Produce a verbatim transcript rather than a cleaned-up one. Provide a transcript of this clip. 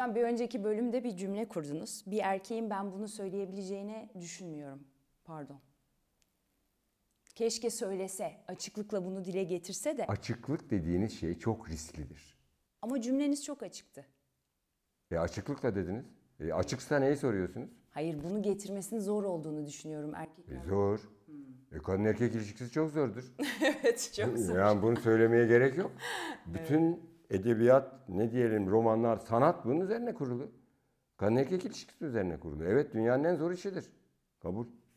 Hocam bir önceki bölümde bir cümle kurdunuz. Bir erkeğin ben bunu söyleyebileceğini düşünmüyorum. Pardon. Keşke söylese, açıklıkla bunu dile getirse de. Açıklık dediğiniz şey çok risklidir. Ama cümleniz çok açıktı. E açıklıkla dediniz. E açıksa neyi soruyorsunuz? Hayır, bunu getirmesinin zor olduğunu düşünüyorum erkekler. E zor. Hmm. E kadın erkek ilişkisi çok zordur. Evet, çok zor. Yani bunu söylemeye gerek yok. Bütün edebiyat, ne diyelim, romanlar, sanat bunun üzerine kurulu. Kadın erkek ilişkisi üzerine kurulu. Evet, dünyanın en zor işidir. Kabul.